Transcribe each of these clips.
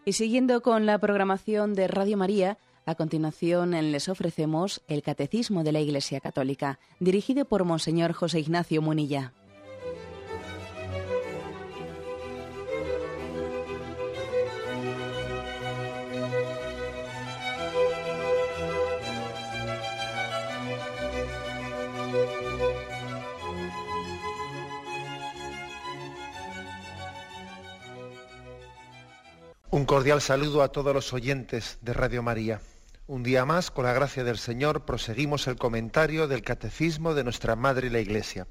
Y siguiendo con la programación de Radio María, a continuación les ofrecemos el Catecismo de la Iglesia Católica, dirigido por Monseñor José Ignacio Munilla. Un cordial saludo a todos los oyentes de Radio María. Un día más, con la gracia del Señor, proseguimos el comentario del Catecismo de nuestra Madre la Iglesia.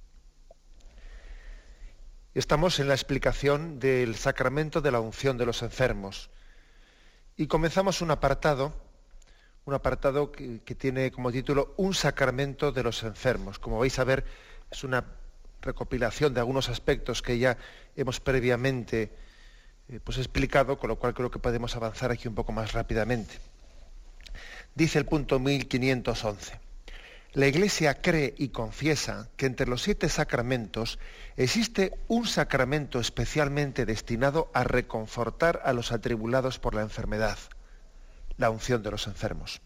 Estamos en la explicación del sacramento de la unción de los enfermos. Y comenzamos un apartado que tiene como título Un sacramento de los enfermos. Como vais a ver, es una recopilación de algunos aspectos que ya hemos previamente explicado, con lo cual creo que podemos avanzar aquí un poco más rápidamente. Dice el punto 1511. La Iglesia cree y confiesa que entre los 7 sacramentos existe un sacramento especialmente destinado a reconfortar a los atribulados por la enfermedad, la unción de los enfermos.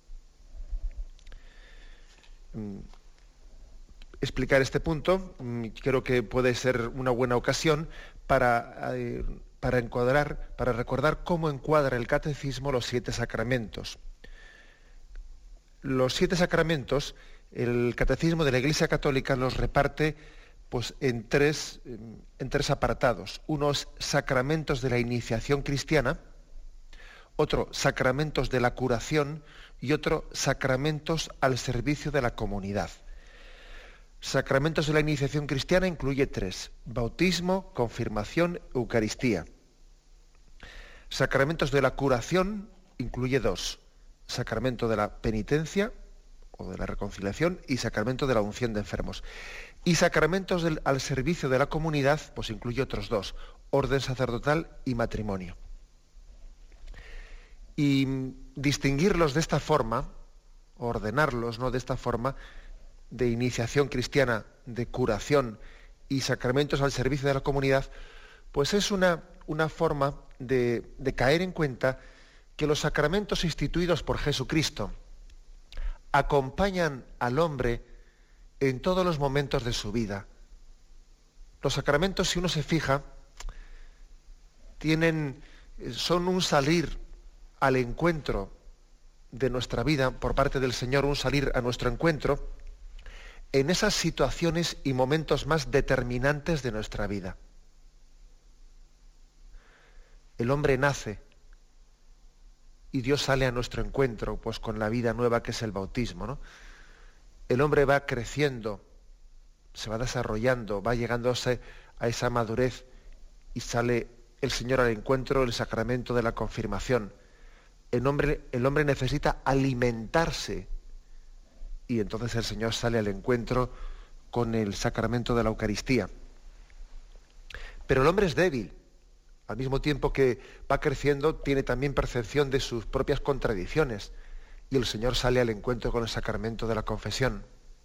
Explicar este punto creo que puede ser una buena ocasión para recordar cómo encuadra el Catecismo los 7 sacramentos. Los 7 sacramentos, el Catecismo de la Iglesia Católica los reparte en tres apartados. Unos sacramentos de la iniciación cristiana, otro sacramentos de la curación y otro sacramentos al servicio de la comunidad. Sacramentos de la iniciación cristiana incluye 3: bautismo, confirmación, Eucaristía. Sacramentos de la curación incluye 2: sacramento de la penitencia o de la reconciliación y sacramento de la unción de enfermos. Y sacramentos al servicio de la comunidad, incluye otros 2: orden sacerdotal y matrimonio. Y distinguirlos de esta forma, ordenarlos, ¿no?, de esta forma, de iniciación cristiana, de curación y sacramentos al servicio de la comunidad, es una forma de caer en cuenta que los sacramentos instituidos por Jesucristo acompañan al hombre en todos los momentos de su vida. Los sacramentos, si uno se fija, son un salir al encuentro de nuestra vida por parte del Señor, un salir a nuestro encuentro en esas situaciones y momentos más determinantes de nuestra vida. El hombre nace y Dios sale a nuestro encuentro, con la vida nueva que es el bautismo, ¿no? El hombre va creciendo, se va desarrollando, va llegándose a esa madurez y sale el Señor al encuentro, el sacramento de la confirmación. El hombre necesita alimentarse y entonces el Señor sale al encuentro con el sacramento de la Eucaristía. Pero el hombre es débil. Al mismo tiempo que va creciendo, tiene también percepción de sus propias contradicciones. Y el Señor sale al encuentro con el sacramento de la confesión.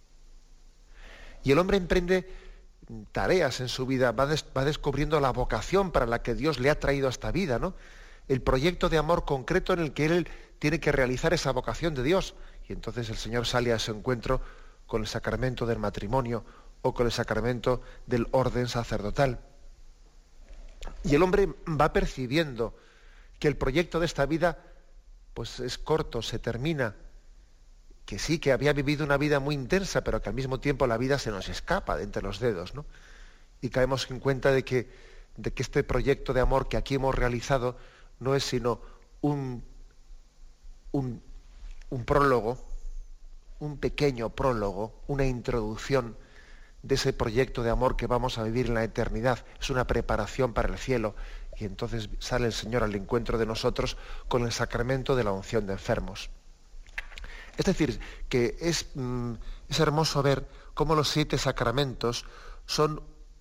Y el hombre emprende tareas en su vida, va descubriendo la vocación para la que Dios le ha traído a esta vida, ¿no? El proyecto de amor concreto en el que él tiene que realizar esa vocación de Dios. Y entonces el Señor sale a ese encuentro con el sacramento del matrimonio o con el sacramento del orden sacerdotal. Y el hombre va percibiendo que el proyecto de esta vida es corto, se termina, que sí, que había vivido una vida muy intensa, pero que al mismo tiempo la vida se nos escapa de entre los dedos, ¿no? Y caemos en cuenta de que este proyecto de amor que aquí hemos realizado no es sino un prólogo, un pequeño prólogo, una introducción de ese proyecto de amor que vamos a vivir en la eternidad. Es una preparación para el cielo. Y entonces sale el Señor al encuentro de nosotros con el sacramento de la unción de enfermos. Es decir, que es hermoso ver cómo los 7 sacramentos son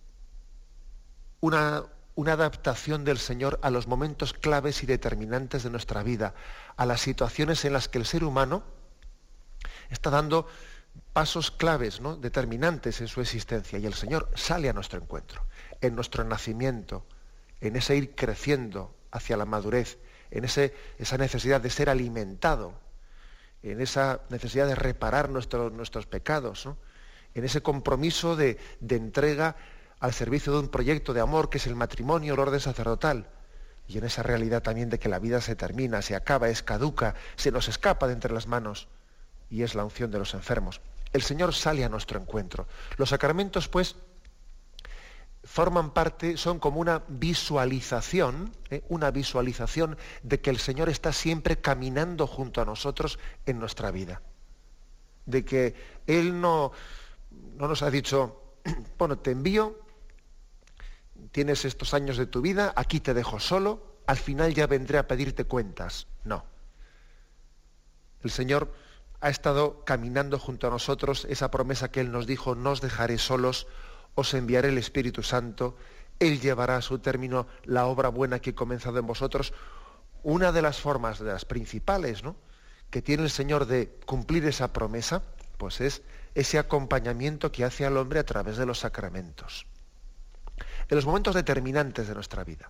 una adaptación del Señor a los momentos claves y determinantes de nuestra vida, a las situaciones en las que el ser humano está dando pasos claves, ¿no?, determinantes en su existencia, y el Señor sale a nuestro encuentro, en nuestro nacimiento, en ese ir creciendo hacia la madurez, en esa necesidad de ser alimentado, en esa necesidad de reparar nuestros pecados, ¿no? En ese compromiso de entrega al servicio de un proyecto de amor que es el matrimonio, el orden sacerdotal, y en esa realidad también de que la vida se termina, se acaba, es caduca, se nos escapa de entre las manos, y es la unción de los enfermos. El Señor sale a nuestro encuentro. Los sacramentos, pues, forman parte, son como una visualización de que el Señor está siempre caminando junto a nosotros en nuestra vida. De que Él no nos ha dicho, bueno, te envío, tienes estos años de tu vida, aquí te dejo solo, al final ya vendré a pedirte cuentas. No. El Señor ha estado caminando junto a nosotros, esa promesa que Él nos dijo, no os dejaré solos, os enviaré el Espíritu Santo, Él llevará a su término la obra buena que he comenzado en vosotros. Una de las formas, de las principales, ¿no?, que tiene el Señor de cumplir esa promesa, pues es ese acompañamiento que hace al hombre a través de los sacramentos. En los momentos determinantes de nuestra vida.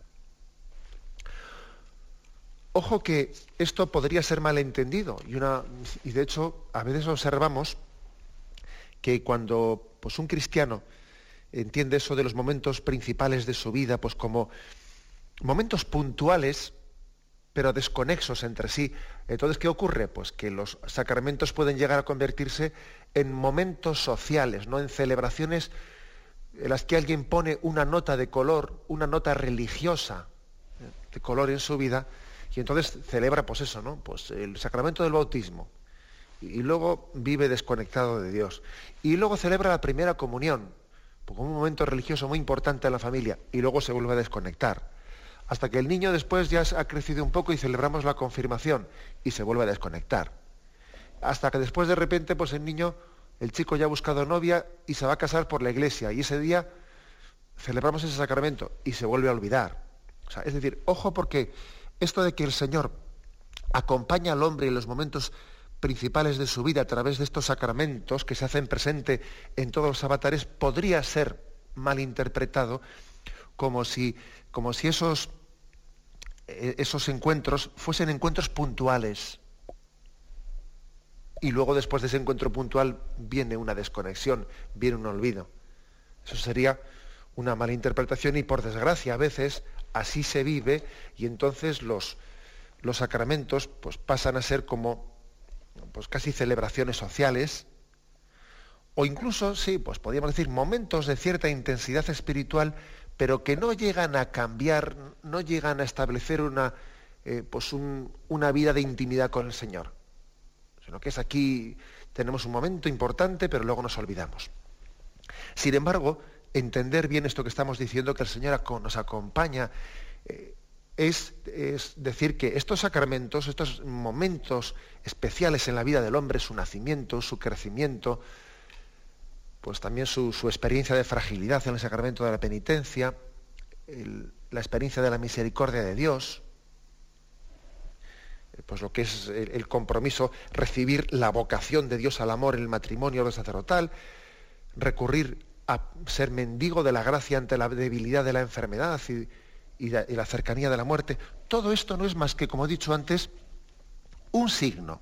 Ojo que esto podría ser malentendido y de hecho a veces observamos que cuando pues, un cristiano entiende eso de los momentos principales de su vida pues como momentos puntuales pero desconexos entre sí, entonces ¿qué ocurre? Pues que los sacramentos pueden llegar a convertirse en momentos sociales, ¿no?, en celebraciones en las que alguien pone una nota de color, una nota religiosa de color en su vida. Y entonces celebra, pues eso, ¿no? Pues el sacramento del bautismo. Y luego vive desconectado de Dios. Y luego celebra la primera comunión, como un momento religioso muy importante en la familia. Y luego se vuelve a desconectar. Hasta que el niño después ya ha crecido un poco y celebramos la confirmación. Y se vuelve a desconectar. Hasta que después de repente, pues el chico ya ha buscado novia y se va a casar por la iglesia. Y ese día celebramos ese sacramento y se vuelve a olvidar. O sea, es decir, ojo porque esto de que el Señor acompaña al hombre en los momentos principales de su vida a través de estos sacramentos que se hacen presente en todos los avatares podría ser malinterpretado como si esos encuentros fuesen encuentros puntuales y luego después de ese encuentro puntual viene una desconexión, viene un olvido. Eso sería una malinterpretación y por desgracia a veces así se vive y entonces los sacramentos pues, pasan a ser como pues, casi celebraciones sociales o incluso, sí, pues podríamos decir momentos de cierta intensidad espiritual pero que no llegan a cambiar, no llegan a establecer una vida de intimidad con el Señor, sino que es aquí, tenemos un momento importante pero luego nos olvidamos. Sin embargo, entender bien esto que estamos diciendo, que el Señor nos acompaña, es decir que estos sacramentos, estos momentos especiales en la vida del hombre, su nacimiento, su crecimiento, pues también su experiencia de fragilidad en el sacramento de la penitencia, la experiencia de la misericordia de Dios, pues lo que es el compromiso, recibir la vocación de Dios al amor en el matrimonio sacerdotal, recurrir a ser mendigo de la gracia ante la debilidad de la enfermedad y la cercanía de la muerte. Todo esto no es más que, como he dicho antes, un signo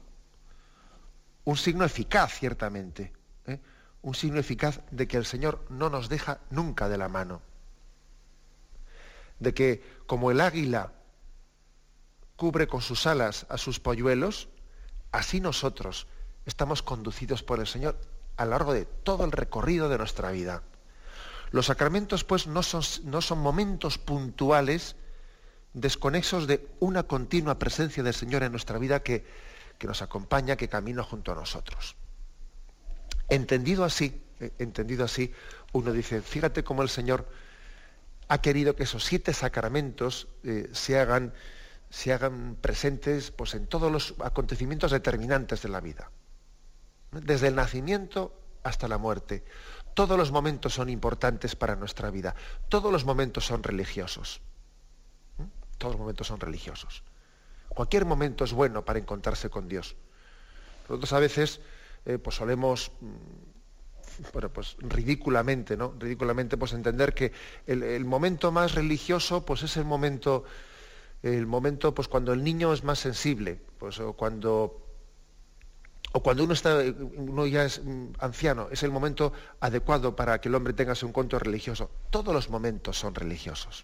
eficaz, ciertamente, un signo eficaz de que el Señor no nos deja nunca de la mano, de que como el águila cubre con sus alas a sus polluelos, así nosotros estamos conducidos por el Señor a lo largo de todo el recorrido de nuestra vida. Los sacramentos, pues, no son momentos puntuales, desconexos de una continua presencia del Señor en nuestra vida que nos acompaña, que camina junto a nosotros. Entendido así, uno dice, fíjate cómo el Señor ha querido que esos 7 sacramentos se hagan presentes pues, en todos los acontecimientos determinantes de la vida. Desde el nacimiento hasta la muerte. Todos los momentos son importantes para nuestra vida. Todos los momentos son religiosos. Todos los momentos son religiosos. Cualquier momento es bueno para encontrarse con Dios. Nosotros a veces pues solemos ridículamente, ¿no? Ridículamente pues entender que el momento más religioso pues es el momento el momento, pues cuando el niño es más sensible, pues o cuando uno ya es anciano, es el momento adecuado para que el hombre tenga su encuentro religioso. Todos los momentos son religiosos.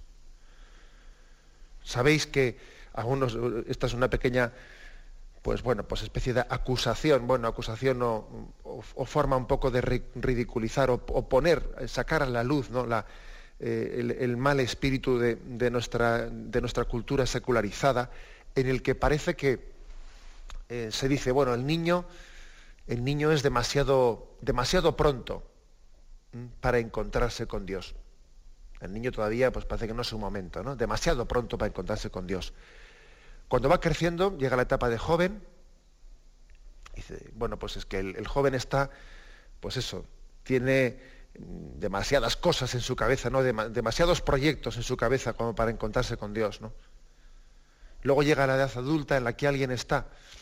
Sabéis que esta es una pequeña, pues especie de acusación, o forma un poco de ridiculizar o sacar a la luz, ¿no?, el mal espíritu de nuestra cultura secularizada, en el que parece que se dice, bueno, el niño es demasiado pronto para encontrarse con Dios. El niño todavía, pues parece que no es su momento, ¿no? Demasiado pronto para encontrarse con Dios. Cuando va creciendo, llega la etapa de joven, y dice, bueno, pues es que el joven está, pues eso, tiene demasiadas cosas en su cabeza, ¿no? Demasiados proyectos en su cabeza como para encontrarse con Dios, ¿no? Luego llega la edad adulta en la que alguien está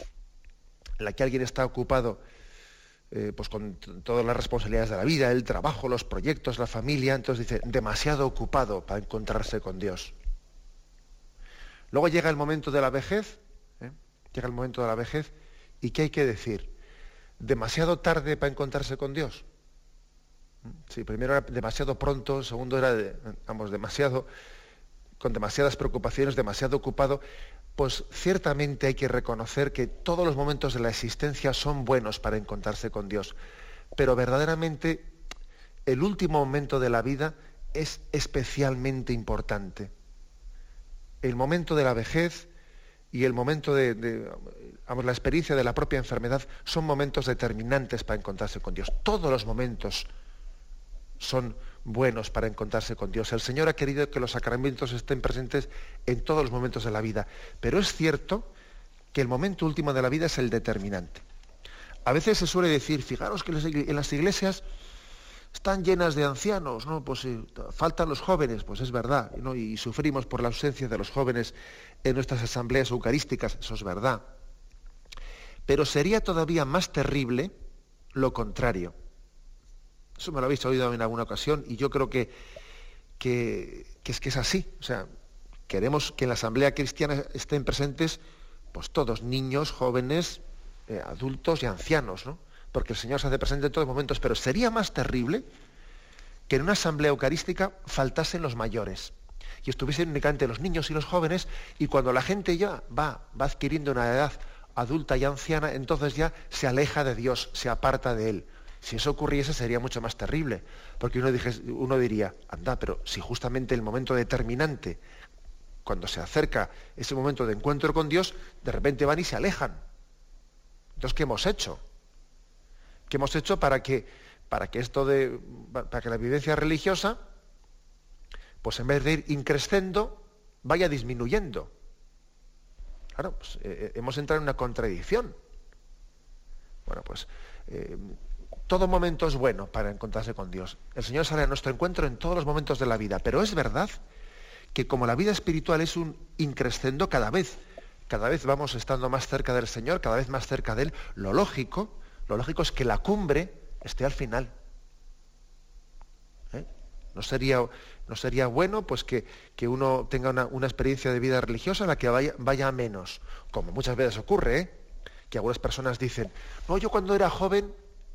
ocupado pues con todas las responsabilidades de la vida, el trabajo, los proyectos, la familia. Entonces dice, demasiado ocupado para encontrarse con Dios. Luego llega el momento de la vejez, llega el momento de la vejez, ¿y qué hay que decir? Demasiado tarde para encontrarse con Dios. Sí, primero era demasiado pronto, segundo era con demasiadas preocupaciones, demasiado ocupado. Pues ciertamente hay que reconocer que todos los momentos de la existencia son buenos para encontrarse con Dios, pero verdaderamente el último momento de la vida es especialmente importante. El momento de la vejez y el momento la experiencia de la propia enfermedad son momentos determinantes para encontrarse con Dios. Todos los momentos son buenos para encontrarse con Dios. El Señor ha querido que los sacramentos estén presentes en todos los momentos de la vida, pero es cierto que el momento último de la vida es el determinante. A veces se suele decir, fijaros que en las iglesias están llenas de ancianos, ¿no? Pues faltan los jóvenes, pues es verdad, ¿no? Y sufrimos por la ausencia de los jóvenes en nuestras asambleas eucarísticas, eso es verdad. Pero sería todavía más terrible lo contrario. Eso me lo habéis oído en alguna ocasión y yo creo que es así. O sea, queremos que en la asamblea cristiana estén presentes pues todos, niños, jóvenes, adultos y ancianos, ¿no? Porque el Señor se hace presente en todos los momentos, pero sería más terrible que en una asamblea eucarística faltasen los mayores y estuviesen únicamente los niños y los jóvenes, y cuando la gente ya va adquiriendo una edad adulta y anciana, entonces ya se aleja de Dios, se aparta de Él. Si eso ocurriese sería mucho más terrible, porque uno diría, anda, pero si justamente el momento determinante, cuando se acerca ese momento de encuentro con Dios, de repente van y se alejan. Entonces, ¿qué hemos hecho? ¿Qué hemos hecho para que la vivencia religiosa, pues en vez de ir increscendo, vaya disminuyendo? Claro, pues hemos entrado en una contradicción. Bueno, pues todo momento es bueno para encontrarse con Dios. El Señor sale a nuestro encuentro en todos los momentos de la vida, pero es verdad que como la vida espiritual es un increscendo, cada vez vamos estando más cerca del Señor, cada vez más cerca de Él, lo lógico es que la cumbre esté al final. ¿No sería bueno pues que uno tenga una experiencia de vida religiosa en la que vaya a menos? Como muchas veces ocurre, que algunas personas dicen, no, yo cuando era joven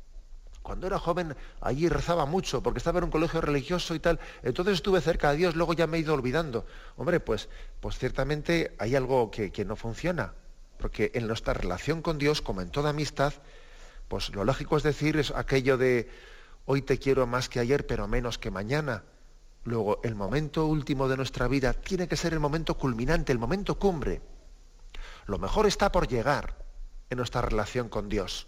allí rezaba mucho porque estaba en un colegio religioso y tal, entonces estuve cerca de Dios, luego ya me he ido olvidando. Hombre, pues ciertamente hay algo que no funciona, porque en nuestra relación con Dios, como en toda amistad, pues lo lógico es decir es aquello de hoy te quiero más que ayer, pero menos que mañana. Luego, el momento último de nuestra vida tiene que ser el momento culminante, el momento cumbre. Lo mejor está por llegar en nuestra relación con Dios.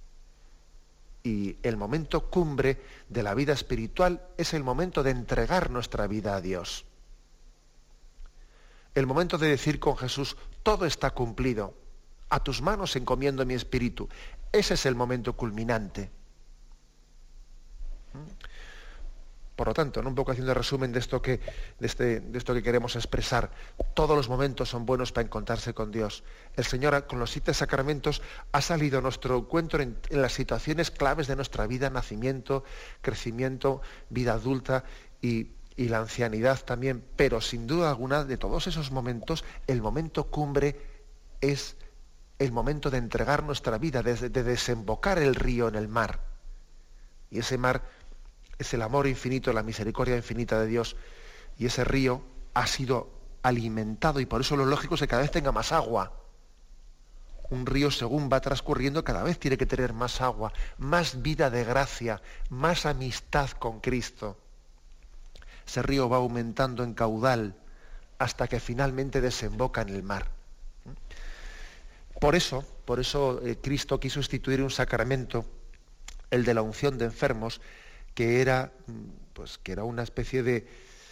Y el momento cumbre de la vida espiritual es el momento de entregar nuestra vida a Dios. El momento de decir con Jesús, todo está cumplido, a tus manos encomiendo mi espíritu. Ese es el momento culminante. Por lo tanto, un poco haciendo resumen de esto que queremos expresar, todos los momentos son buenos para encontrarse con Dios. El Señor, con los 7 sacramentos, ha salido a nuestro encuentro en las situaciones claves de nuestra vida, nacimiento, crecimiento, vida adulta y y la ancianidad también, pero sin duda alguna de todos esos momentos, el momento cumbre es el momento de entregar nuestra vida, de desembocar el río en el mar. Y ese mar es el amor infinito, la misericordia infinita de Dios, y ese río ha sido alimentado, y por eso lo lógico es que cada vez tenga más agua. Un río, según va transcurriendo, cada vez tiene que tener más agua, más vida de gracia, más amistad con Cristo. Ese río va aumentando en caudal hasta que finalmente desemboca en el mar. Por eso Cristo quiso instituir un sacramento, el de la unción de enfermos, que era una especie de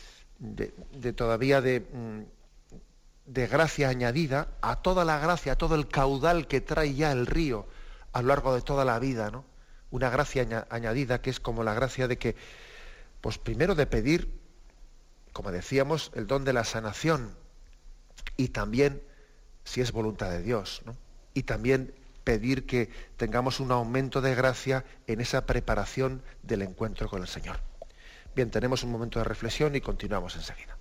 gracia añadida a toda la gracia, a todo el caudal que trae ya el río a lo largo de toda la vida, ¿no? Una gracia añadida que es como la gracia de que, pues primero de pedir, como decíamos, el don de la sanación, y también, si es voluntad de Dios, ¿no? Y también pedir que tengamos un aumento de gracia en esa preparación del encuentro con el Señor. Bien, tenemos un momento de reflexión y continuamos enseguida.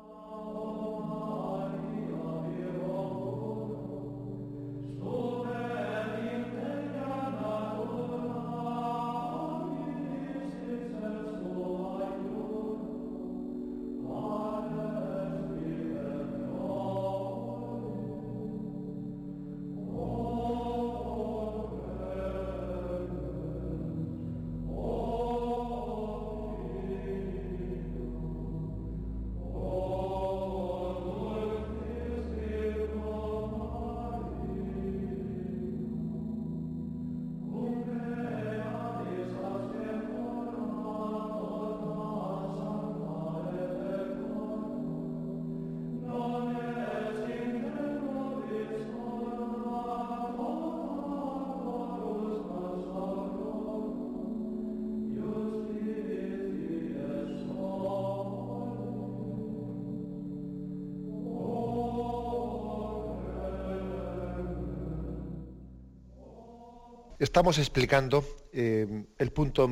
Estamos explicando el punto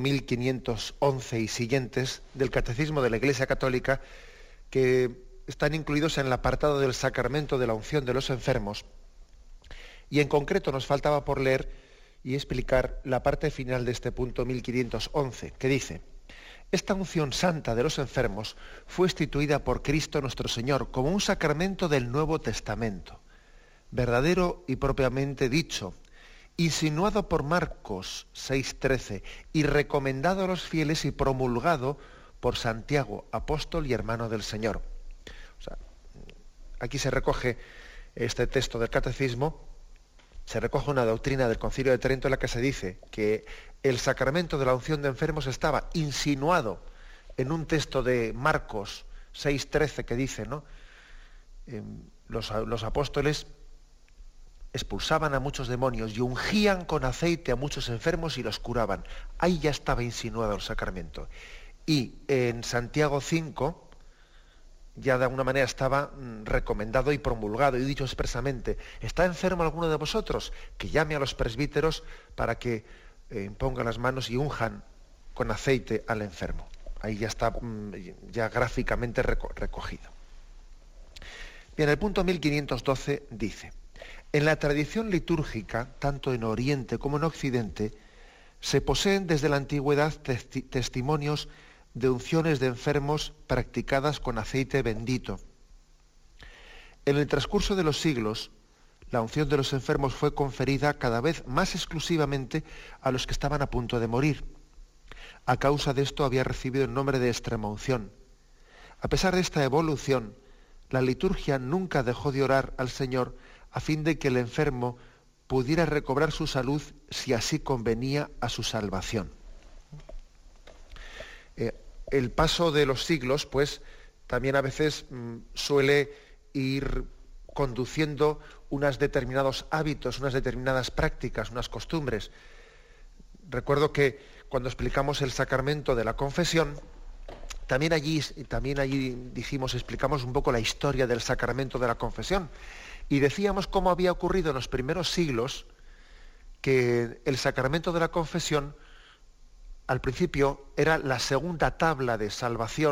1511 y siguientes del Catecismo de la Iglesia Católica, que están incluidos en el apartado del sacramento de la unción de los enfermos. Y en concreto nos faltaba por leer y explicar la parte final de este punto 1511, que dice: esta unción santa de los enfermos fue instituida por Cristo nuestro Señor como un sacramento del Nuevo Testamento, verdadero y propiamente dicho, insinuado por Marcos 6:13 y recomendado a los fieles y promulgado por Santiago, apóstol y hermano del Señor. O sea, aquí se recoge este texto del Catecismo, se recoge una doctrina del Concilio de Trento en la que se dice que el sacramento de la unción de enfermos estaba insinuado en un texto de Marcos 6:13 que dice, ¿no? Los apóstoles expulsaban a muchos demonios y ungían con aceite a muchos enfermos y los curaban. Ahí ya estaba insinuado el sacramento. Y en Santiago 5 ya de alguna manera estaba recomendado y promulgado y dicho expresamente: ¿está enfermo alguno de vosotros? Que llame a los presbíteros para que pongan las manos y unjan con aceite al enfermo. Ahí ya está ya gráficamente recogido. Bien, el punto 1512 dice: en la tradición litúrgica, tanto en Oriente como en Occidente, se poseen desde la antigüedad testimonios de unciones de enfermos practicadas con aceite bendito. En el transcurso de los siglos, la unción de los enfermos fue conferida cada vez más exclusivamente a los que estaban a punto de morir. A causa de esto había recibido el nombre de extremaunción. A pesar de esta evolución, la liturgia nunca dejó de orar al Señor a fin de que el enfermo pudiera recobrar su salud si así convenía a su salvación. El paso de los siglos, pues, también a veces suele ir conduciendo unos determinados hábitos, unas determinadas prácticas, unas costumbres. Recuerdo que cuando explicamos el sacramento de la confesión, también allí explicamos un poco la historia del sacramento de la confesión. Y decíamos cómo había ocurrido en los primeros siglos que el sacramento de la confesión al principio era la segunda tabla de salvación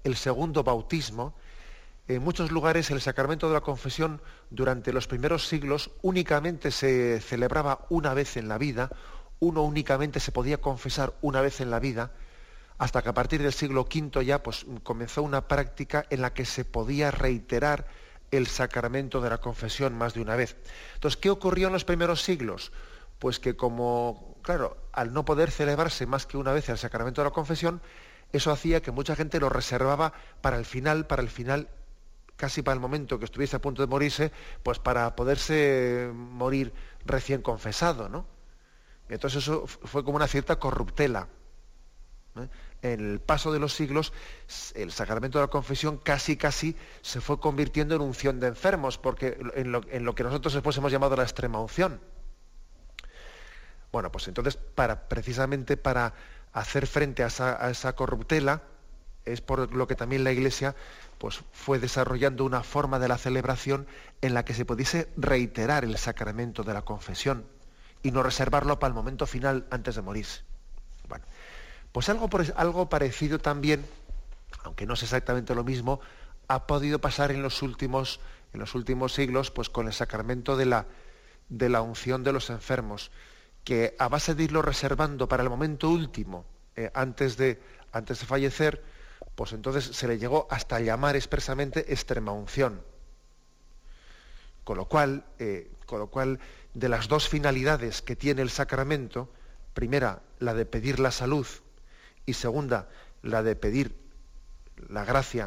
el segundo bautismo. En muchos lugares el sacramento de la confesión durante los primeros siglos únicamente se celebraba una vez en la vida, uno únicamente se podía confesar una vez en la vida, hasta que a partir del siglo V ya pues, comenzó una práctica en la que se podía reiterar el sacramento de la confesión más de una vez. Entonces, ¿qué ocurrió en los primeros siglos? Pues que como, claro, al no poder celebrarse más que una vez el sacramento de la confesión, eso hacía que mucha gente lo reservaba para el final, casi para el momento que estuviese a punto de morirse, pues para poderse morir recién confesado, ¿no? Entonces eso fue como una cierta corruptela. En el paso de los siglos, el sacramento de la confesión casi se fue convirtiendo en unción de enfermos, porque en lo que nosotros después hemos llamado la extrema unción. Bueno, pues entonces, precisamente para hacer frente a esa corruptela, es por lo que también la Iglesia pues, fue desarrollando una forma de la celebración en la que se pudiese reiterar el sacramento de la confesión y no reservarlo para el momento final antes de morirse. Bueno, pues algo parecido también, aunque no es exactamente lo mismo, ha podido pasar en los últimos siglos pues, con el sacramento de la unción de los enfermos, que a base de irlo reservando para el momento último, antes de fallecer, pues entonces se le llegó hasta llamar expresamente extrema unción. Con lo cual, de las dos finalidades que tiene el sacramento, primera, la de pedir la salud, y segunda, la de pedir la gracia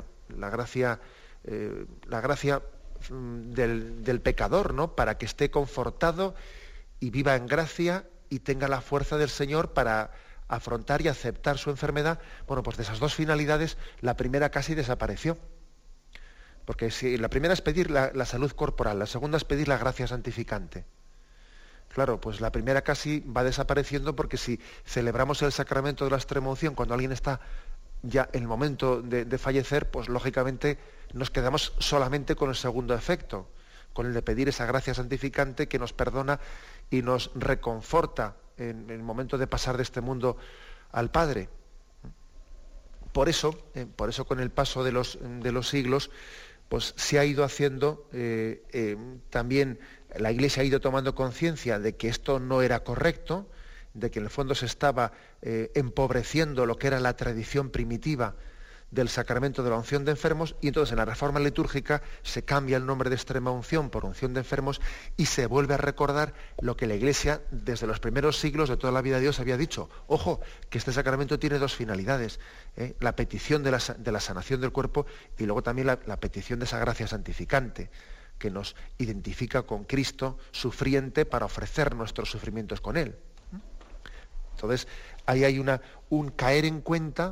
del pecador, ¿no? Para que esté confortado y viva en gracia y tenga la fuerza del Señor para afrontar y aceptar su enfermedad. Bueno, pues de esas dos finalidades, la primera casi desapareció. Porque si la primera es pedir la salud corporal, la segunda es pedir la gracia santificante. Claro, pues la primera casi va desapareciendo, porque si celebramos el sacramento de la extrema unción cuando alguien está ya en el momento de fallecer, pues lógicamente nos quedamos solamente con el segundo efecto, con el de pedir esa gracia santificante que nos perdona y nos reconforta en el momento de pasar de este mundo al Padre. Por eso con el paso de los siglos, pues se ha ido haciendo, también la Iglesia ha ido tomando conciencia de que esto no era correcto, de que en el fondo se estaba empobreciendo lo que era la tradición primitiva del sacramento de la unción de enfermos, y entonces en la reforma litúrgica se cambia el nombre de extrema unción por unción de enfermos y se vuelve a recordar lo que la Iglesia desde los primeros siglos de toda la vida de Dios había dicho. Ojo, que este sacramento tiene dos finalidades, la petición de la sanación del cuerpo y luego también la petición de esa gracia santificante que nos identifica con Cristo sufriente para ofrecer nuestros sufrimientos con Él. Entonces ahí hay un caer en cuenta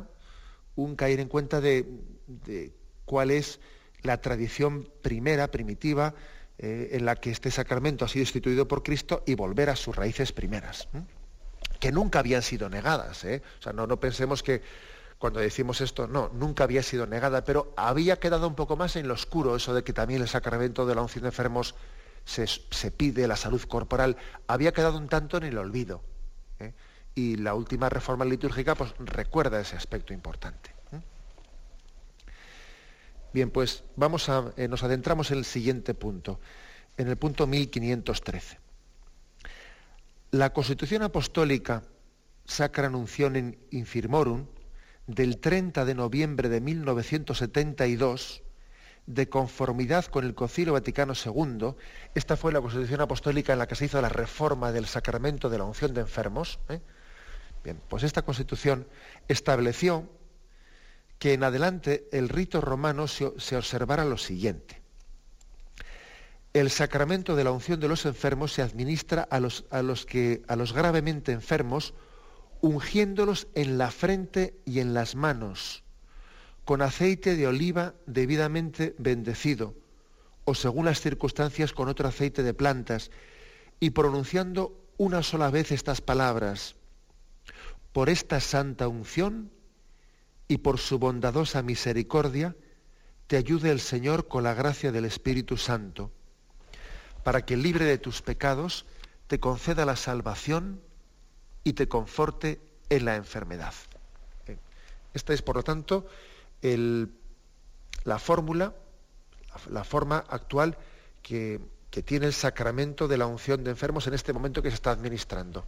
de cuál es la tradición primitiva, en la que este sacramento ha sido instituido por Cristo, y volver a sus raíces primeras, que nunca habían sido negadas. O sea, no pensemos que cuando decimos esto, no, nunca había sido negada, pero había quedado un poco más en lo oscuro eso de que también el sacramento de la unción de enfermos se pide, la salud corporal, había quedado un tanto en el olvido. Y la última reforma litúrgica pues recuerda ese aspecto importante. Bien, pues nos adentramos en el siguiente punto, en el punto 1513. La Constitución Apostólica Sacra Nuncione Infirmorum del 30 de noviembre de 1972, de conformidad con el Concilio Vaticano II, esta fue la Constitución Apostólica en la que se hizo la reforma del sacramento de la unción de enfermos. Bien, pues esta Constitución estableció que en adelante el rito romano se observara lo siguiente. El sacramento de la unción de los enfermos se administra a los gravemente enfermos, ungiéndolos en la frente y en las manos, con aceite de oliva debidamente bendecido, o según las circunstancias con otro aceite de plantas, y pronunciando una sola vez estas palabras: por esta santa unción y por su bondadosa misericordia, te ayude el Señor con la gracia del Espíritu Santo, para que libre de tus pecados te conceda la salvación y te conforte en la enfermedad. Esta es, por lo tanto, la fórmula, la forma actual que tiene el sacramento de la unción de enfermos en este momento que se está administrando.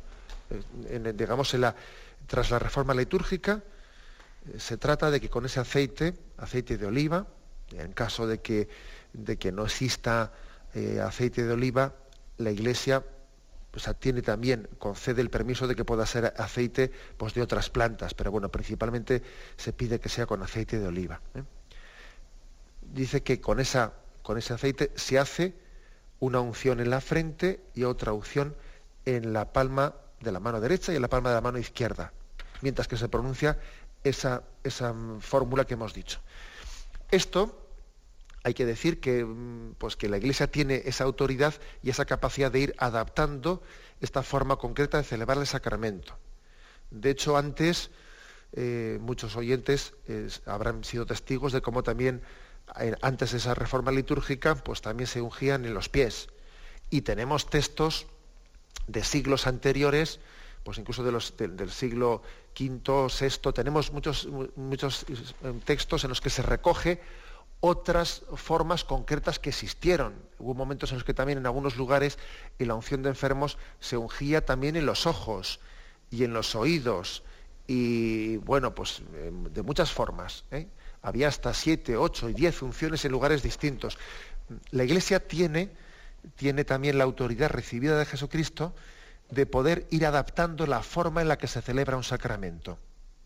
Tras la reforma litúrgica, se trata de que con ese aceite de oliva, en caso de que no exista aceite de oliva, la Iglesia concede el permiso de que pueda ser aceite pues, de otras plantas, pero bueno, principalmente se pide que sea con aceite de oliva. Dice que con ese aceite se hace una unción en la frente y otra unción en la palma de la mano derecha y en la palma de la mano izquierda, mientras que se pronuncia esa fórmula que hemos dicho. Esto hay que decir que la Iglesia tiene esa autoridad y esa capacidad de ir adaptando esta forma concreta de celebrar el sacramento. De hecho, antes muchos oyentes habrán sido testigos de cómo también antes de esa reforma litúrgica pues también se ungían en los pies. Y tenemos textos de siglos anteriores, pues incluso del siglo V, VI, tenemos muchos textos en los que se recoge otras formas concretas que existieron. Hubo momentos en los que también en algunos lugares en la unción de enfermos se ungía también en los ojos y en los oídos y bueno, pues de muchas formas. Había hasta 7, 8 y 10 unciones en lugares distintos. La Iglesia tiene también la autoridad recibida de Jesucristo de poder ir adaptando la forma en la que se celebra un sacramento.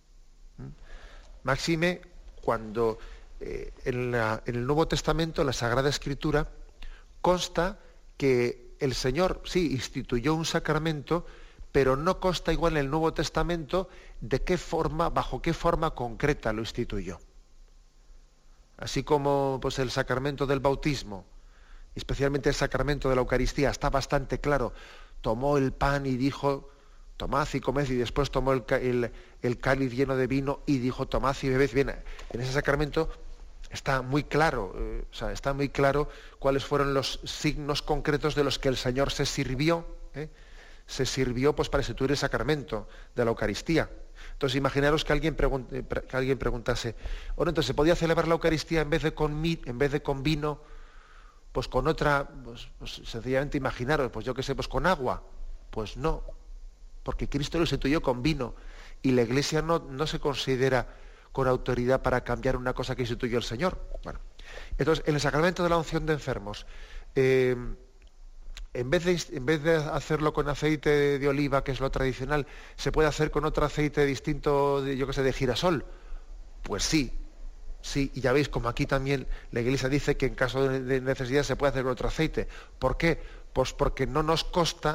Máxime cuando en el Nuevo Testamento, en la Sagrada Escritura, consta que el Señor sí instituyó un sacramento, pero no consta igual en el Nuevo Testamento de qué forma, bajo qué forma concreta lo instituyó. Así como pues, el sacramento del bautismo, especialmente el sacramento de la Eucaristía, está bastante claro. Tomó el pan y dijo, tomad y comed, y después tomó el cáliz lleno de vino y dijo, tomad y bebed. Bien, en ese sacramento está muy claro, está muy claro cuáles fueron los signos concretos de los que el Señor se sirvió pues, para instituir el sacramento de la Eucaristía. Entonces imaginaros que alguien preguntase, bueno, entonces ¿se podía celebrar la Eucaristía en vez de con vino, pues con otra, pues sencillamente imaginaros, pues yo qué sé, pues con agua? Pues no, porque Cristo lo instituyó con vino y la Iglesia no se considera con autoridad para cambiar una cosa que instituyó el Señor. Bueno, entonces en el sacramento de la unción de enfermos, en vez de hacerlo con aceite de oliva, que es lo tradicional, ¿se puede hacer con otro aceite distinto, de girasol? Pues sí, y ya veis como aquí también la Iglesia dice que en caso de necesidad se puede hacer con otro aceite. ¿Por qué? Pues porque no nos consta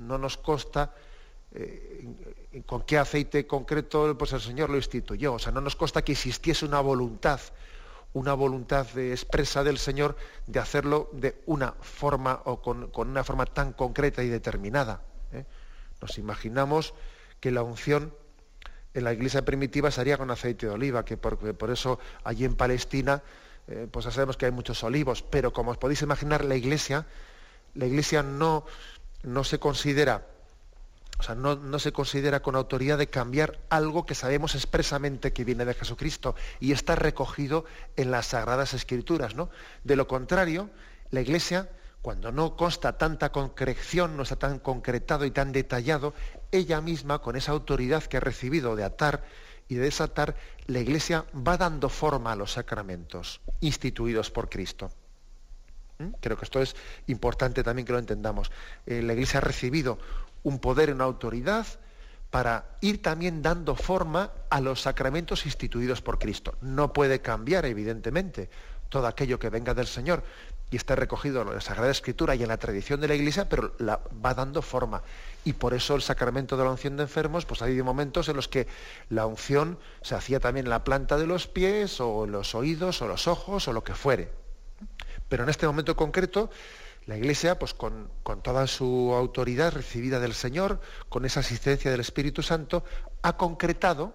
con qué aceite concreto pues el Señor lo instituyó. O sea, no nos consta que existiese una voluntad expresa del Señor de hacerlo de una forma o con una forma tan concreta y determinada. Nos imaginamos que la unción en la Iglesia primitiva se haría con aceite de oliva, que por eso allí en Palestina pues ya sabemos que hay muchos olivos, pero como os podéis imaginar, la Iglesia no se considera, no se considera con autoridad de cambiar algo que sabemos expresamente que viene de Jesucristo y está recogido en las Sagradas Escrituras, ¿no? De lo contrario, la Iglesia, cuando no consta tanta concreción, no está tan concretado y tan detallado, ella misma, con esa autoridad que ha recibido de atar y de desatar, la Iglesia va dando forma a los sacramentos instituidos por Cristo. Creo que esto es importante también que lo entendamos. La Iglesia ha recibido un poder, una autoridad para ir también dando forma a los sacramentos instituidos por Cristo. No puede cambiar, evidentemente, todo aquello que venga del Señor y está recogido en la Sagrada Escritura y en la tradición de la Iglesia, pero la va dando forma. Y por eso el sacramento de la unción de enfermos, pues hay momentos en los que la unción se hacía también en la planta de los pies, o en los oídos, o los ojos, o lo que fuere. Pero en este momento concreto, la Iglesia, pues con toda su autoridad recibida del Señor, con esa asistencia del Espíritu Santo, ha concretado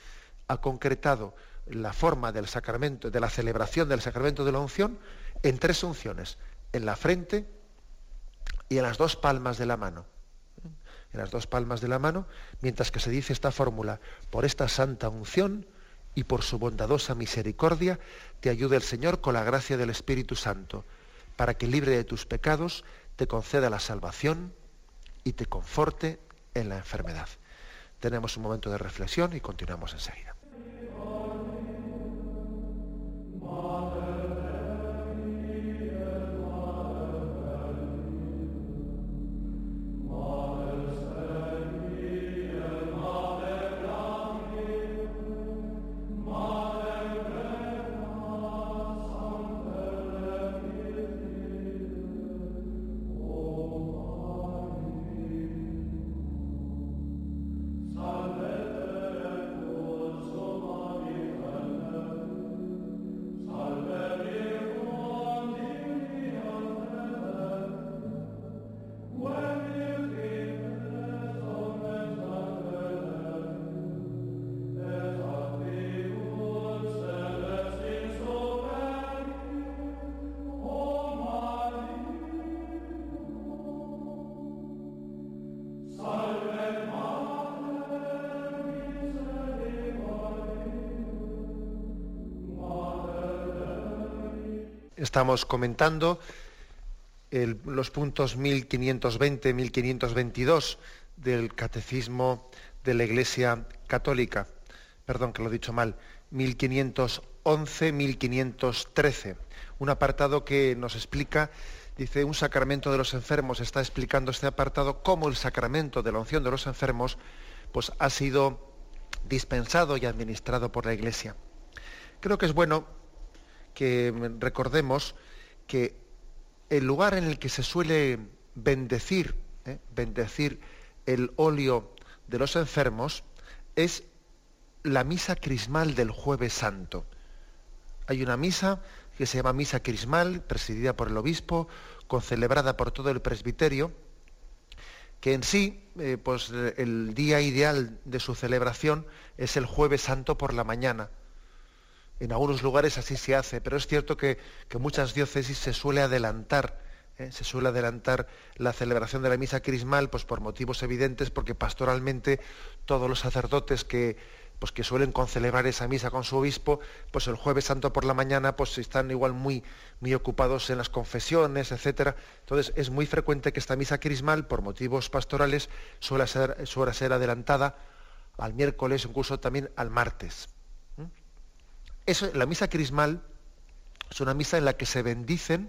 la forma del sacramento, de la celebración del sacramento de la unción, en 3 unciones: en la frente y en las 2 palmas de la mano. En las 2 palmas de la mano, mientras que se dice esta fórmula: por esta santa unción y por su bondadosa misericordia te ayude el Señor con la gracia del Espíritu Santo, para que libre de tus pecados te conceda la salvación y te conforte en la enfermedad. Tenemos un momento de reflexión y continuamos enseguida. Estamos comentando los puntos 1520, 1522 del Catecismo de la Iglesia Católica. Perdón, que lo he dicho mal. 1511, 1513. Un apartado que nos explica, dice, un sacramento de los enfermos. Está explicando este apartado cómo el sacramento de la unción de los enfermos pues, ha sido dispensado y administrado por la Iglesia. Creo que es bueno que recordemos que el lugar en el que se suele bendecir el óleo de los enfermos es la misa crismal del Jueves Santo. Hay una misa que se llama misa crismal, presidida por el obispo, concelebrada por todo el presbiterio, que en sí, pues el día ideal de su celebración es el Jueves Santo por la mañana. En algunos lugares así se hace, pero es cierto que muchas diócesis se suele adelantar la celebración de la misa crismal, pues por motivos evidentes, porque pastoralmente todos los sacerdotes que suelen concelebrar esa misa con su obispo, pues el Jueves Santo por la mañana pues están igual muy ocupados en las confesiones, etcétera. Entonces es muy frecuente que esta misa crismal, por motivos pastorales, suele ser adelantada al miércoles, incluso también al martes. La misa crismal es una misa en la que se bendicen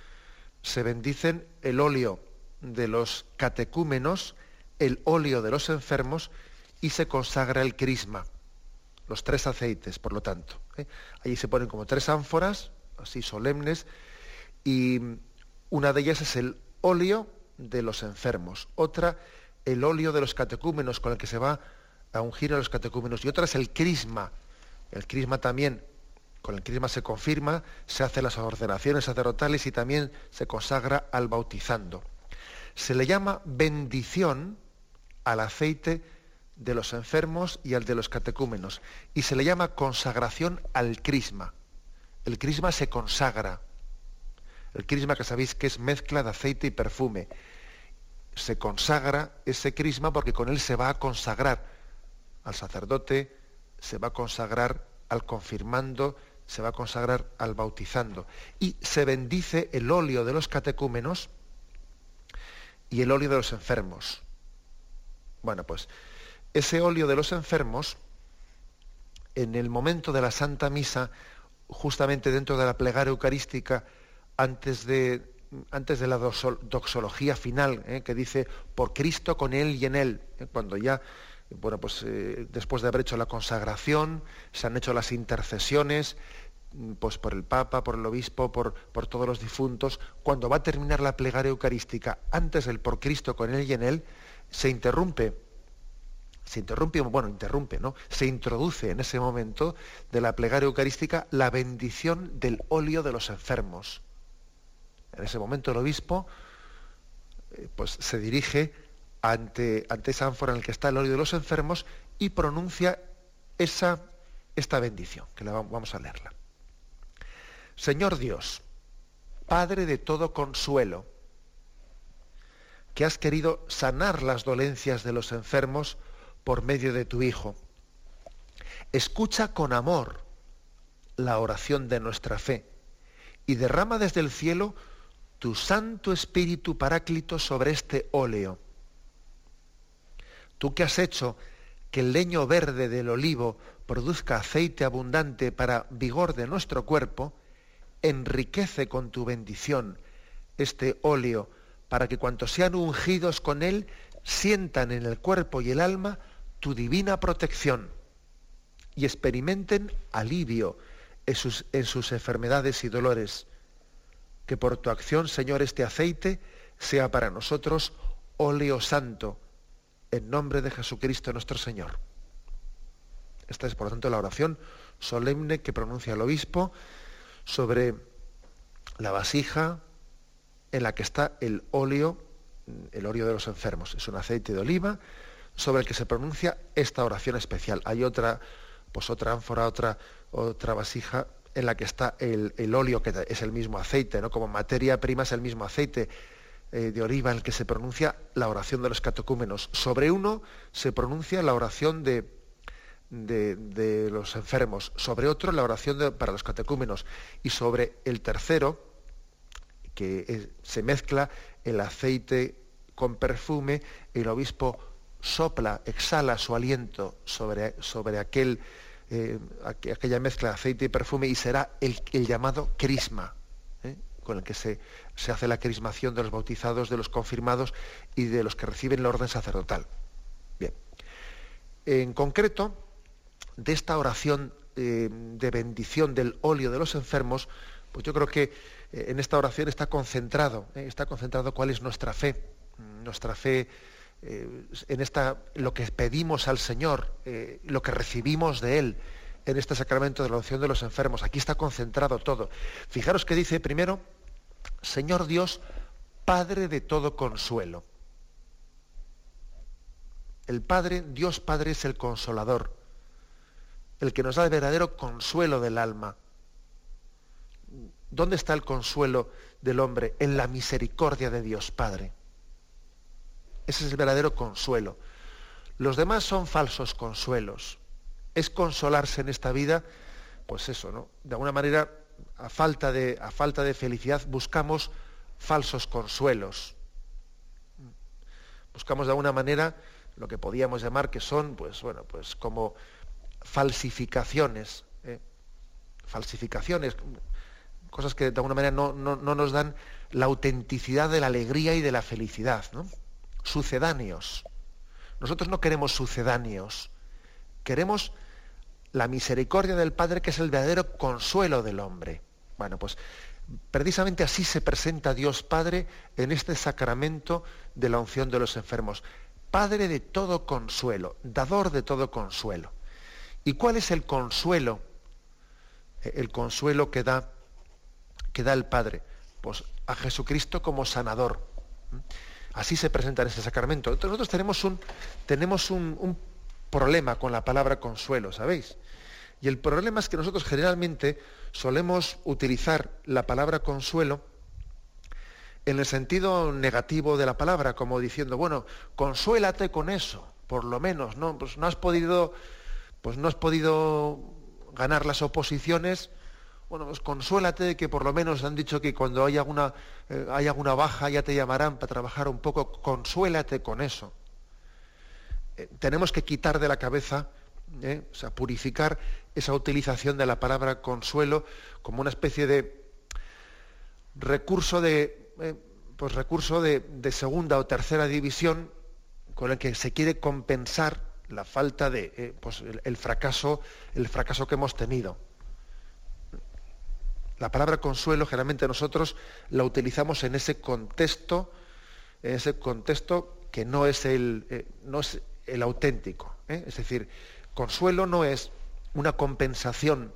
el óleo de los catecúmenos, el óleo de los enfermos y se consagra el crisma, los tres aceites, por lo tanto. Allí se ponen como tres ánforas, así solemnes, y una de ellas es el óleo de los enfermos, otra el óleo de los catecúmenos con el que se va a ungir a los catecúmenos, y otra es el crisma. El crisma también, con el crisma se confirma, se hacen las ordenaciones sacerdotales y también se consagra al bautizando. Se le llama bendición al aceite de los enfermos y al de los catecúmenos, y se le llama consagración al crisma. El crisma se consagra. El crisma, que sabéis que es mezcla de aceite y perfume. Se consagra ese crisma porque con él se va a consagrar al sacerdote, se va a consagrar al confirmando, se va a consagrar al bautizando. Y se bendice el óleo de los catecúmenos y el óleo de los enfermos. Bueno, pues ese óleo de los enfermos, en el momento de la Santa Misa, justamente dentro de la plegaria eucarística, antes de la doxología final, que dice, por Cristo, con Él y en Él, cuando ya, bueno, pues después de haber hecho la consagración, se han hecho las intercesiones, pues por el Papa, por el Obispo, por todos los difuntos, cuando va a terminar la plegaria eucarística, antes del por Cristo, con Él y en Él, se introduce en ese momento de la plegaria eucarística la bendición del óleo de los enfermos. En ese momento el obispo pues se dirige ante esa ánfora en la que está el óleo de los enfermos y pronuncia esta bendición, que vamos a leerla. Señor Dios, Padre de todo consuelo, que has querido sanar las dolencias de los enfermos por medio de tu Hijo. escucha con amor la oración de nuestra fe y derrama desde el cielo tu Santo Espíritu Paráclito sobre este óleo. Tú que has hecho que el leño verde del olivo produzca aceite abundante para vigor de nuestro cuerpo, enriquece con tu bendición este óleo, para que cuantos sean ungidos con él sientan en el cuerpo y el alma tu divina protección y experimenten alivio en sus enfermedades y dolores. Que por tu acción, Señor, este aceite sea para nosotros óleo santo, en nombre de Jesucristo nuestro Señor. Esta es, por lo tanto, la oración solemne que pronuncia el obispo sobre la vasija en la que está el óleo de los enfermos. Es un aceite de oliva sobre el que se pronuncia esta oración especial. Hay otra ánfora, otra vasija en la que está el óleo, que es el mismo aceite, ¿no? Como materia prima es el mismo aceite de oliva en el que se pronuncia la oración de los catecúmenos. Sobre uno se pronuncia la oración de los enfermos, sobre otro la oración para los catecúmenos, y sobre el tercero, se mezcla el aceite con perfume, el obispo sopla, exhala su aliento sobre aquella mezcla de aceite y perfume, y será el llamado crisma, con el que se hace la crismación de los bautizados, de los confirmados y de los que reciben la orden sacerdotal. Bien. En concreto, de esta oración de bendición del óleo de los enfermos, pues yo creo que en esta oración está concentrado cuál es nuestra fe. Nuestra fe lo que pedimos al Señor, lo que recibimos de Él en este sacramento de la unción de los enfermos. Aquí está concentrado todo. Fijaros que dice primero, Señor Dios, Padre de todo consuelo. El Padre, Dios Padre, es el consolador, el que nos da el verdadero consuelo del alma. ¿Dónde está el consuelo del hombre? En la misericordia de Dios Padre. Ese es el verdadero consuelo. Los demás son falsos consuelos. Es consolarse en esta vida, pues eso, ¿no? De alguna manera, a falta de felicidad, buscamos falsos consuelos. Buscamos de alguna manera lo que podíamos llamar que son, pues como falsificaciones. Falsificaciones, cosas que de alguna manera no nos dan la autenticidad de la alegría y de la felicidad, ¿no? Sucedáneos. Nosotros no queremos sucedáneos, queremos la misericordia del Padre, que es el verdadero consuelo del hombre. Bueno, pues precisamente así se presenta Dios Padre en este sacramento de la unción de los enfermos. Padre de todo consuelo, dador de todo consuelo. ¿Y cuál es el consuelo? El consuelo que da el Padre, pues a Jesucristo como sanador. Así se presenta en este sacramento. Entonces nosotros tenemos un problema con la palabra consuelo, ¿sabéis? Y el problema es que nosotros generalmente solemos utilizar la palabra consuelo en el sentido negativo de la palabra, como diciendo, bueno, consuélate con eso, por lo menos, ¿no? Pues no has podido ganar las oposiciones. Bueno, pues consuélate de que por lo menos han dicho que cuando hay alguna baja ya te llamarán para trabajar un poco. Consuélate con eso. Tenemos que quitar de la cabeza, purificar esa utilización de la palabra consuelo como una especie de recurso de segunda o tercera división con el que se quiere compensar la falta de el fracaso que hemos tenido. La palabra consuelo generalmente nosotros la utilizamos en ese contexto que no es el auténtico. Es decir, consuelo no es una compensación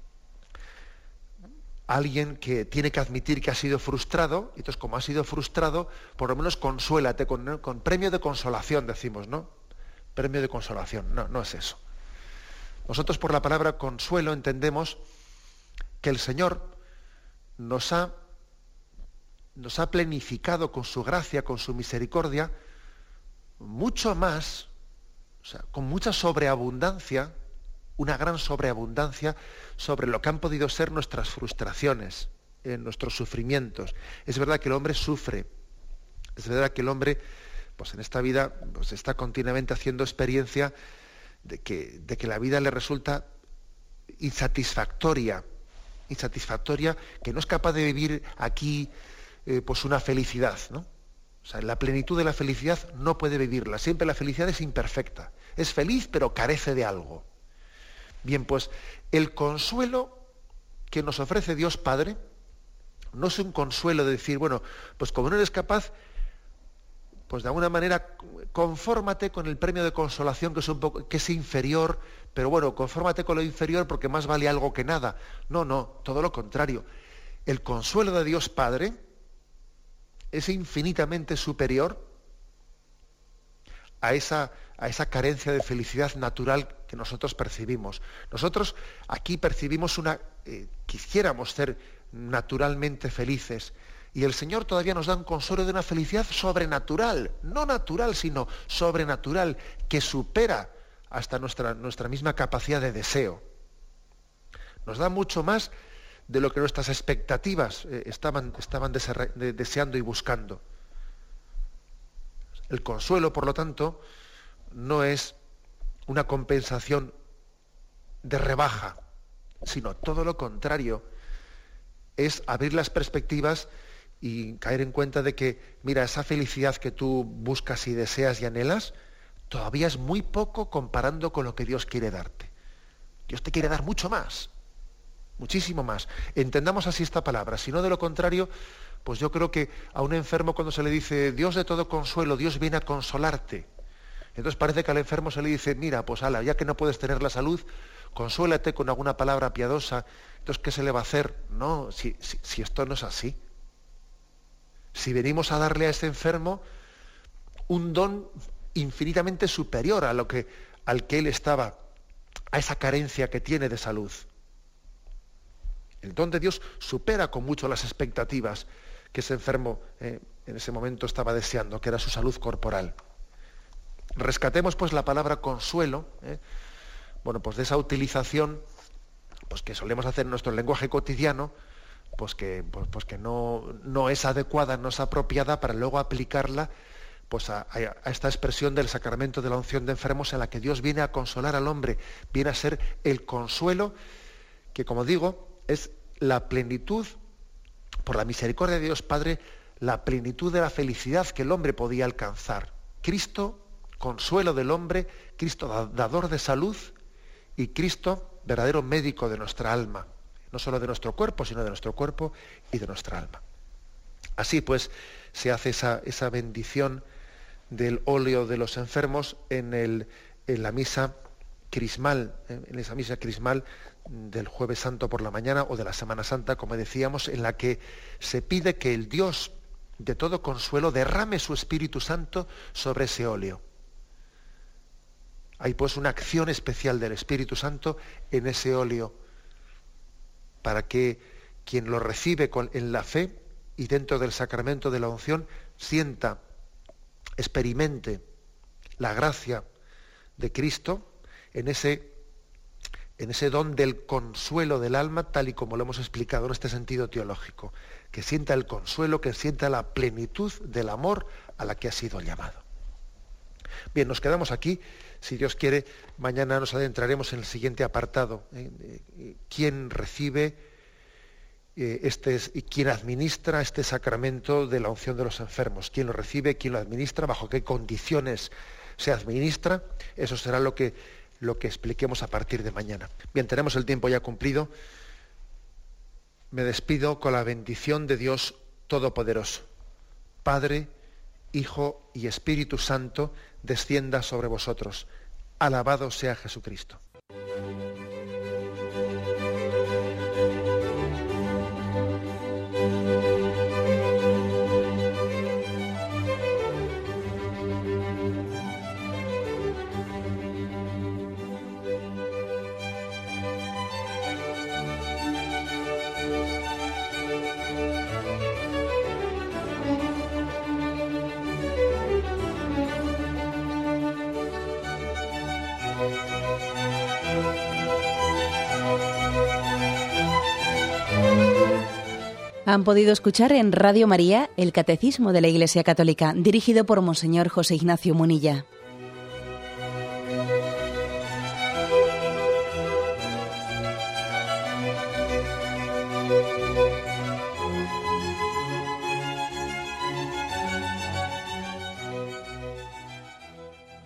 a alguien que tiene que admitir que ha sido frustrado, y entonces como ha sido frustrado, por lo menos consuélate con premio de consolación, decimos, ¿no? Premio de consolación. No es eso. Nosotros por la palabra consuelo entendemos que el Señor nos ha plenificado con su gracia, con su misericordia, mucho más, con mucha sobreabundancia, una gran sobreabundancia sobre lo que han podido ser nuestras frustraciones, nuestros sufrimientos. Es verdad que el hombre sufre, es verdad que el hombre, pues en esta vida, pues está continuamente haciendo experiencia de que la vida le resulta insatisfactoria, que no es capaz de vivir aquí pues una felicidad, ¿no? O sea, la plenitud de la felicidad no puede vivirla. Siempre la felicidad es imperfecta. Es feliz, pero carece de algo. Bien, pues el consuelo que nos ofrece Dios Padre no es un consuelo de decir, bueno, pues como no eres capaz, pues de alguna manera confórmate con el premio de consolación que es inferior, pero bueno, confórmate con lo inferior porque más vale algo que nada. No, todo lo contrario. El consuelo de Dios Padre es infinitamente superior a esa carencia de felicidad natural que nosotros percibimos. Nosotros aquí percibimos quisiéramos ser naturalmente felices, y el Señor todavía nos da un consuelo de una felicidad sobrenatural, no natural, sino sobrenatural, que supera hasta nuestra misma capacidad de deseo. Nos da mucho más de lo que nuestras expectativas estaban deseando y buscando. El consuelo, por lo tanto, no es una compensación de rebaja, sino todo lo contrario. Es abrir las perspectivas y caer en cuenta de que, mira, esa felicidad que tú buscas y deseas y anhelas, todavía es muy poco comparando con lo que Dios quiere darte. Dios te quiere dar mucho más, muchísimo más. Entendamos así esta palabra, si no de lo contrario, pues yo creo que a un enfermo cuando se le dice Dios de todo consuelo, Dios viene a consolarte. Entonces parece que al enfermo se le dice, mira, pues ala, ya que no puedes tener la salud, consuélate con alguna palabra piadosa. Entonces, ¿qué se le va a hacer? No, si esto no es así. Si venimos a darle a este enfermo un don infinitamente superior al que él estaba, a esa carencia que tiene de salud. El don de Dios supera con mucho las expectativas que ese enfermo en ese momento estaba deseando, que era su salud corporal. Rescatemos pues la palabra consuelo, bueno, pues de esa utilización pues que solemos hacer en nuestro lenguaje cotidiano, pues que no es adecuada, no es apropiada para luego aplicarla pues a esta expresión del sacramento de la unción de enfermos, en la que Dios viene a consolar al hombre, viene a ser el consuelo que, como digo, es la plenitud, por la misericordia de Dios Padre, la plenitud de la felicidad que el hombre podía alcanzar. Cristo, consuelo del hombre, Cristo, dador de salud, y Cristo, verdadero médico de nuestra alma, no solo de nuestro cuerpo, sino de nuestro cuerpo y de nuestra alma. Así pues, se hace esa bendición del óleo de los enfermos en la misa crismal, en esa misa crismal del Jueves Santo por la mañana o de la Semana Santa, como decíamos, en la que se pide que el Dios de todo consuelo derrame su Espíritu Santo sobre ese óleo. Hay pues una acción especial del Espíritu Santo en ese óleo para que quien lo recibe en la fe y dentro del sacramento de la unción sienta, experimente la gracia de Cristo en ese don del consuelo del alma, tal y como lo hemos explicado en este sentido teológico, que sienta el consuelo, que sienta la plenitud del amor a la que ha sido llamado. Bien, nos quedamos aquí. Si Dios quiere, mañana nos adentraremos en el siguiente apartado. ¿Quién recibe y quién administra este sacramento de la unción de los enfermos? ¿Quién lo recibe? ¿Quién lo administra? ¿Bajo qué condiciones se administra? Eso será lo que expliquemos a partir de mañana. Bien, tenemos el tiempo ya cumplido. Me despido con la bendición de Dios Todopoderoso. Padre, Hijo y Espíritu Santo, descienda sobre vosotros. Alabado sea Jesucristo. Han podido escuchar en Radio María el Catecismo de la Iglesia Católica, dirigido por Monseñor José Ignacio Munilla.